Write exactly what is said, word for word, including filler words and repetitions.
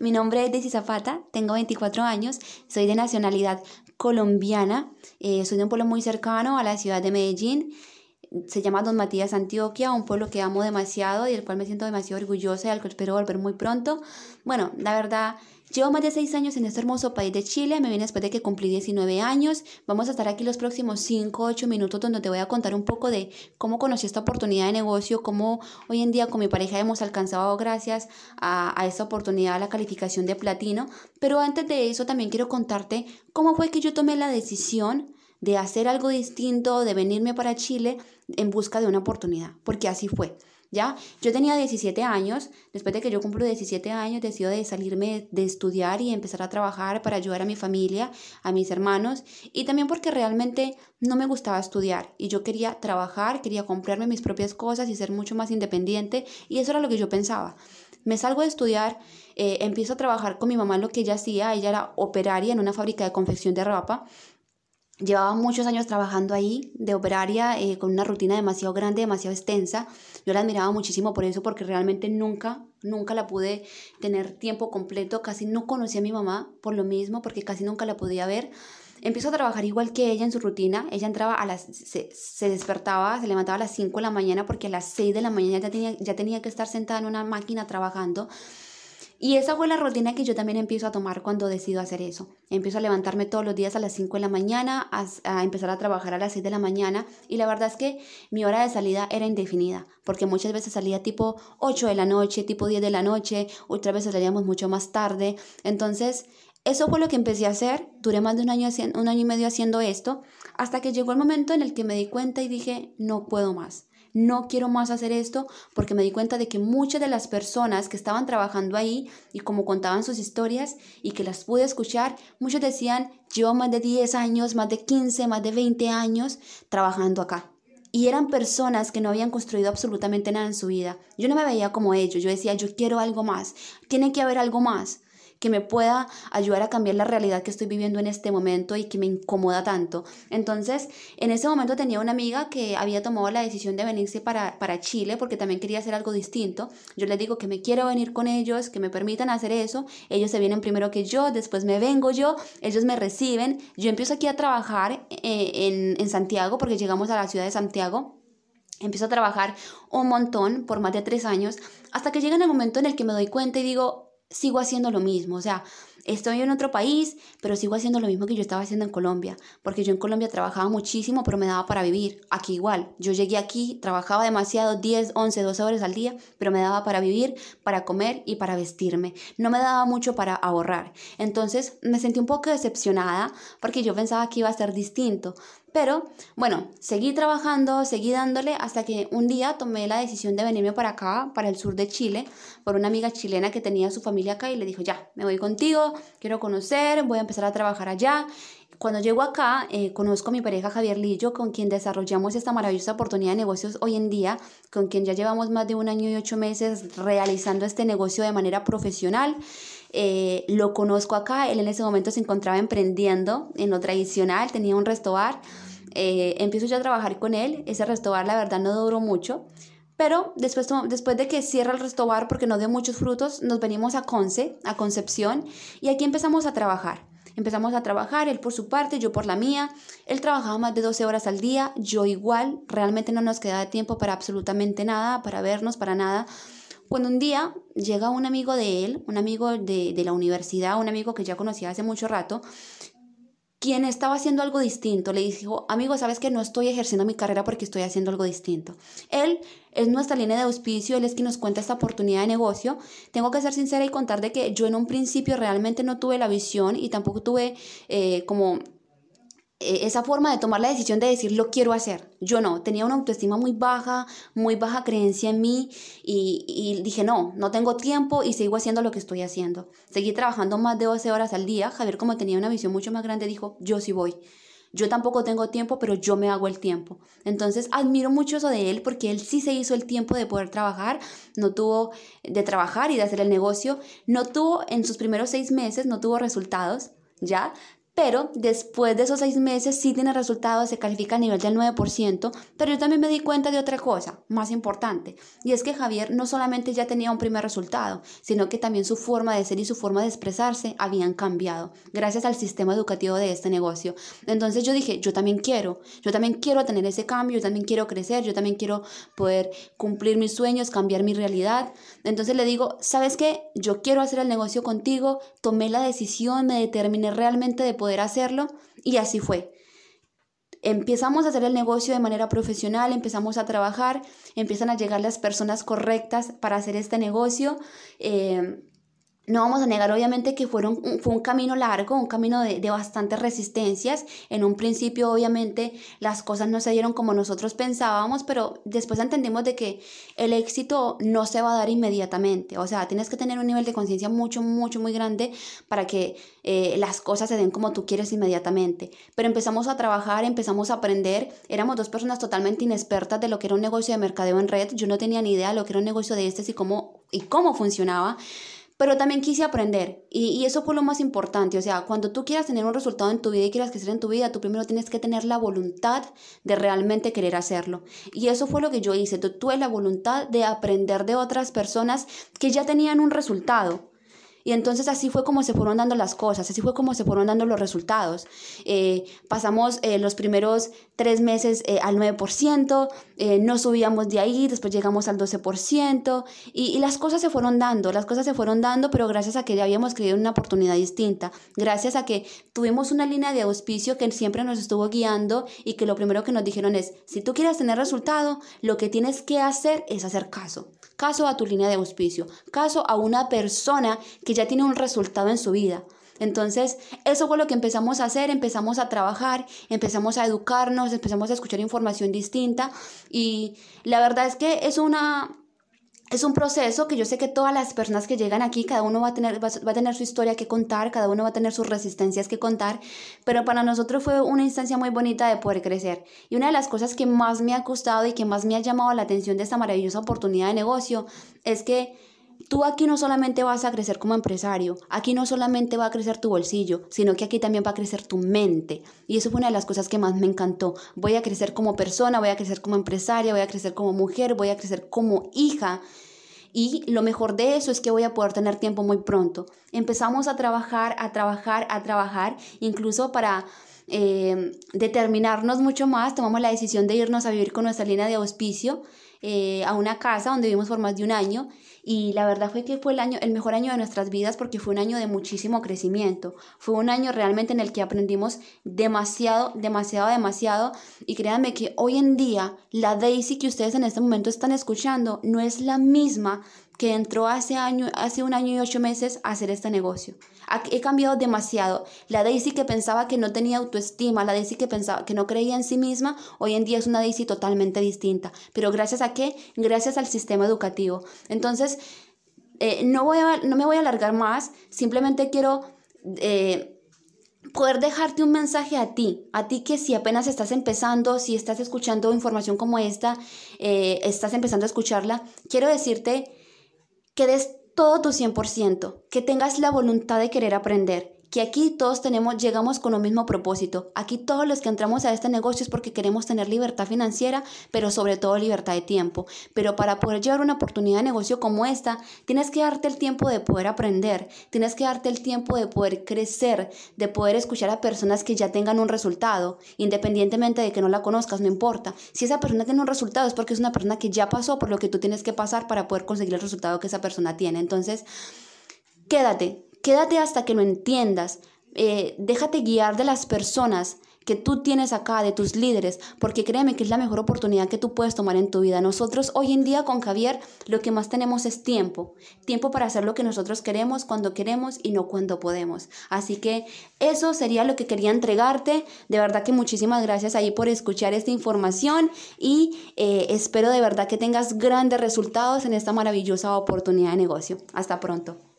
mi nombre es Daisy Zapata, tengo veinticuatro años, soy de nacionalidad colombiana, eh, soy de un pueblo muy cercano a la ciudad de Medellín. Se llama Don Matías, Antioquia, un pueblo que amo demasiado y del cual me siento demasiado orgullosa y al que espero volver muy pronto. Bueno, la verdad, llevo más de seis años en este hermoso país de Chile, me vine después de que cumplí diecinueve años. Vamos a estar aquí los próximos cinco, ocho minutos donde te voy a contar un poco de cómo conocí esta oportunidad de negocio, cómo hoy en día con mi pareja hemos alcanzado gracias a, a esta oportunidad la calificación de platino. Pero antes de eso también quiero contarte cómo fue que yo tomé la decisión de hacer algo distinto, de venirme para Chile en busca de una oportunidad, porque así fue, ¿ya? Yo tenía diecisiete años, después de que yo cumplo diecisiete años, decido de salirme de estudiar y empezar a trabajar para ayudar a mi familia, a mis hermanos, y también porque realmente no me gustaba estudiar, y yo quería trabajar, quería comprarme mis propias cosas y ser mucho más independiente, y eso era lo que yo pensaba. Me salgo de estudiar, eh, empiezo a trabajar con mi mamá en lo que ella hacía, ella era operaria en una fábrica de confección de ropa. Llevaba muchos años trabajando ahí de operaria, eh, con una rutina demasiado grande, demasiado extensa. Yo la admiraba muchísimo por eso, porque realmente nunca, nunca la pude tener tiempo completo. Casi no conocí a mi mamá por lo mismo, porque casi nunca la podía ver. Empiezo a trabajar igual que ella en su rutina. Ella entraba a las, se, se despertaba, se levantaba a las cinco de la mañana, porque a las seis de la mañana ya tenía, ya tenía que estar sentada en una máquina trabajando. Y esa fue la rutina que yo también empiezo a tomar cuando decido hacer eso. Empiezo a levantarme todos los días a las cinco de la mañana, a, a empezar a trabajar a las seis de la mañana. Y la verdad es que mi hora de salida era indefinida, porque muchas veces salía tipo ocho de la noche, tipo diez de la noche, otras veces salíamos mucho más tarde. Entonces, eso fue lo que empecé a hacer. Duré más de un año, un año y medio haciendo esto, hasta que llegó el momento en el que me di cuenta y dije, no puedo más. No quiero más hacer esto, porque me di cuenta de que muchas de las personas que estaban trabajando ahí y como contaban sus historias y que las pude escuchar, muchos decían, llevo más de diez años, más de quince, más de veinte años trabajando acá. Y eran personas que no habían construido absolutamente nada en su vida. Yo no me veía como ellos, yo decía, yo quiero algo más, tiene que haber algo más que me pueda ayudar a cambiar la realidad que estoy viviendo en este momento y que me incomoda tanto. Entonces, en ese momento tenía una amiga que había tomado la decisión de venirse para, para Chile porque también quería hacer algo distinto. Yo les digo que me quiero venir con ellos, que me permitan hacer eso. Ellos se vienen primero que yo, después me vengo yo, ellos me reciben. Yo empiezo aquí a trabajar eh, en, en Santiago, porque llegamos a la ciudad de Santiago. Empiezo a trabajar un montón por más de tres años, hasta que llega el momento en el que me doy cuenta y digo, sigo haciendo lo mismo, o sea, estoy en otro país, pero sigo haciendo lo mismo que yo estaba haciendo en Colombia, porque yo en Colombia trabajaba muchísimo, pero me daba para vivir. Aquí igual, yo llegué aquí, trabajaba demasiado, diez, once, doce horas al día, pero me daba para vivir, para comer y para vestirme. No me daba mucho para ahorrar. Entonces me sentí un poco decepcionada, porque yo pensaba que iba a ser distinto. Pero bueno, seguí trabajando, seguí dándole hasta que un día tomé la decisión de venirme para acá, para el sur de Chile, por una amiga chilena que tenía su familia acá y le dijo, ya, me voy contigo, quiero conocer, voy a empezar a trabajar allá. Cuando llego acá, eh, conozco a mi pareja Javier Lillo, con quien desarrollamos esta maravillosa oportunidad de negocios hoy en día, con quien ya llevamos más de un año y ocho meses realizando este negocio de manera profesional. Eh, lo conozco acá, él en ese momento se encontraba emprendiendo en lo tradicional, tenía un restobar. Eh, empiezo yo a trabajar con él, ese restobar la verdad no duró mucho, pero después, después de que cierra el restobar porque no dio muchos frutos, nos venimos a Conce, a Concepción, y aquí empezamos a trabajar. Empezamos a trabajar, él por su parte, yo por la mía. Él trabajaba más de doce horas al día, yo igual, realmente no nos quedaba tiempo para absolutamente nada, para vernos, para nada. Cuando un día llega un amigo de él, un amigo de, de la universidad, un amigo que ya conocía hace mucho rato, quien estaba haciendo algo distinto, le dijo, amigo, ¿sabes que no estoy ejerciendo mi carrera porque estoy haciendo algo distinto? Él es nuestra línea de auspicio, él es quien nos cuenta esta oportunidad de negocio. Tengo que ser sincera y contar de que yo en un principio realmente no tuve la visión y tampoco tuve eh, como esa forma de tomar la decisión de decir lo quiero hacer. Yo no, tenía una autoestima muy baja, muy baja creencia en mí y, y dije no, no tengo tiempo y sigo haciendo lo que estoy haciendo. Seguí trabajando más de doce horas al día. Javier, como tenía una visión mucho más grande, dijo yo sí voy. Yo tampoco tengo tiempo, pero yo me hago el tiempo. Entonces admiro mucho eso de él porque él sí se hizo el tiempo de poder trabajar, no tuvo de trabajar y de hacer el negocio, no tuvo en sus primeros seis meses, no tuvo resultados, ¿ya? Pero después de esos seis meses sí tiene resultados, se califica a nivel del nueve por ciento, pero yo también me di cuenta de otra cosa más importante, y es que Javier no solamente ya tenía un primer resultado, sino que también su forma de ser y su forma de expresarse habían cambiado gracias al sistema educativo de este negocio. Entonces yo dije, yo también quiero, yo también quiero tener ese cambio, yo también quiero crecer, yo también quiero poder cumplir mis sueños, cambiar mi realidad. Entonces le digo, ¿sabes qué? Yo quiero hacer el negocio contigo, tomé la decisión, me determiné realmente de poder poder hacerlo, y así fue. Empezamos a hacer el negocio de manera profesional, empezamos a trabajar, empiezan a llegar las personas correctas para hacer este negocio. Eh, No vamos a negar, obviamente, que fueron, fue un camino largo, un camino de, de bastantes resistencias. En un principio, obviamente, las cosas no se dieron como nosotros pensábamos, pero después entendimos de que el éxito no se va a dar inmediatamente. O sea, tienes que tener un nivel de conciencia mucho, mucho, muy grande para que eh, las cosas se den como tú quieres inmediatamente. Pero empezamos a trabajar, empezamos a aprender. Éramos dos personas totalmente inexpertas de lo que era un negocio de mercadeo en red. Yo no tenía ni idea de lo que era un negocio de estos y cómo, y cómo funcionaba. Pero también quise aprender, y, y eso fue lo más importante. O sea, cuando tú quieras tener un resultado en tu vida y quieras crecer en tu vida, tú primero tienes que tener la voluntad de realmente querer hacerlo. Y eso fue lo que yo hice. Tú tuve la voluntad de aprender de otras personas que ya tenían un resultado. Y entonces así fue como se fueron dando las cosas, así fue como se fueron dando los resultados. Eh, pasamos eh, los primeros tres meses eh, al nueve por ciento, eh, no subíamos de ahí, después llegamos al doce por ciento, y, y las cosas se fueron dando, las cosas se fueron dando, pero gracias a que ya habíamos creído en una oportunidad distinta, gracias a que tuvimos una línea de auspicio que siempre nos estuvo guiando, y que lo primero que nos dijeron es, si tú quieres tener resultado, lo que tienes que hacer es hacer caso. Caso a tu línea de auspicio, caso a una persona que ya tiene un resultado en su vida. Entonces, eso fue lo que empezamos a hacer, empezamos a trabajar, empezamos a educarnos, empezamos a escuchar información distinta, y la verdad es que es una... Es un proceso que yo sé que todas las personas que llegan aquí, cada uno va a tener, va a tener su historia que contar, cada uno va a tener sus resistencias que contar, pero para nosotros fue una instancia muy bonita de poder crecer. Y una de las cosas que más me ha gustado y que más me ha llamado la atención de esta maravillosa oportunidad de negocio es que tú aquí no solamente vas a crecer como empresario, aquí no solamente va a crecer tu bolsillo, sino que aquí también va a crecer tu mente. Y eso fue una de las cosas que más me encantó. Voy a crecer como persona, voy a crecer como empresaria, voy a crecer como mujer, voy a crecer como hija. Y lo mejor de eso es que voy a poder tener tiempo muy pronto. Empezamos a trabajar, a trabajar, a trabajar, incluso para eh, determinarnos mucho más, tomamos la decisión de irnos a vivir con nuestra línea de auspicio eh, a una casa donde vivimos por más de un año. Y la verdad fue que fue el año, el mejor año de nuestras vidas, porque fue un año de muchísimo crecimiento. Fue un año realmente en el que aprendimos demasiado, demasiado, demasiado. Y créanme que hoy en día la Daisy que ustedes en este momento están escuchando no es la misma que entró hace, año, hace un año y ocho meses a hacer este negocio. He cambiado demasiado. La Daisy que pensaba que no tenía autoestima, la Daisy que pensaba que no creía en sí misma, hoy en día es una Daisy totalmente distinta. ¿Pero gracias a qué? Gracias al sistema educativo. Entonces, eh, no, voy a, no me voy a alargar más, simplemente quiero... Eh, poder dejarte un mensaje a ti, a ti que si apenas estás empezando, si estás escuchando información como esta, eh, estás empezando a escucharla, quiero decirte que des todo tu cien por ciento, que tengas la voluntad de querer aprender, que aquí todos tenemos, llegamos con un mismo propósito. Aquí todos los que entramos a este negocio es porque queremos tener libertad financiera, pero sobre todo libertad de tiempo. Pero para poder llevar una oportunidad de negocio como esta, tienes que darte el tiempo de poder aprender, tienes que darte el tiempo de poder crecer, de poder escuchar a personas que ya tengan un resultado, independientemente de que no la conozcas, no importa. Si esa persona tiene un resultado es porque es una persona que ya pasó por lo que tú tienes que pasar para poder conseguir el resultado que esa persona tiene. Entonces, quédate. Quédate hasta que lo entiendas, eh, déjate guiar de las personas que tú tienes acá, de tus líderes, porque créeme que es la mejor oportunidad que tú puedes tomar en tu vida. Nosotros hoy en día con Javier lo que más tenemos es tiempo, tiempo para hacer lo que nosotros queremos, cuando queremos y no cuando podemos. Así que eso sería lo que quería entregarte. De verdad que muchísimas gracias ahí por escuchar esta información y eh, espero de verdad que tengas grandes resultados en esta maravillosa oportunidad de negocio. Hasta pronto.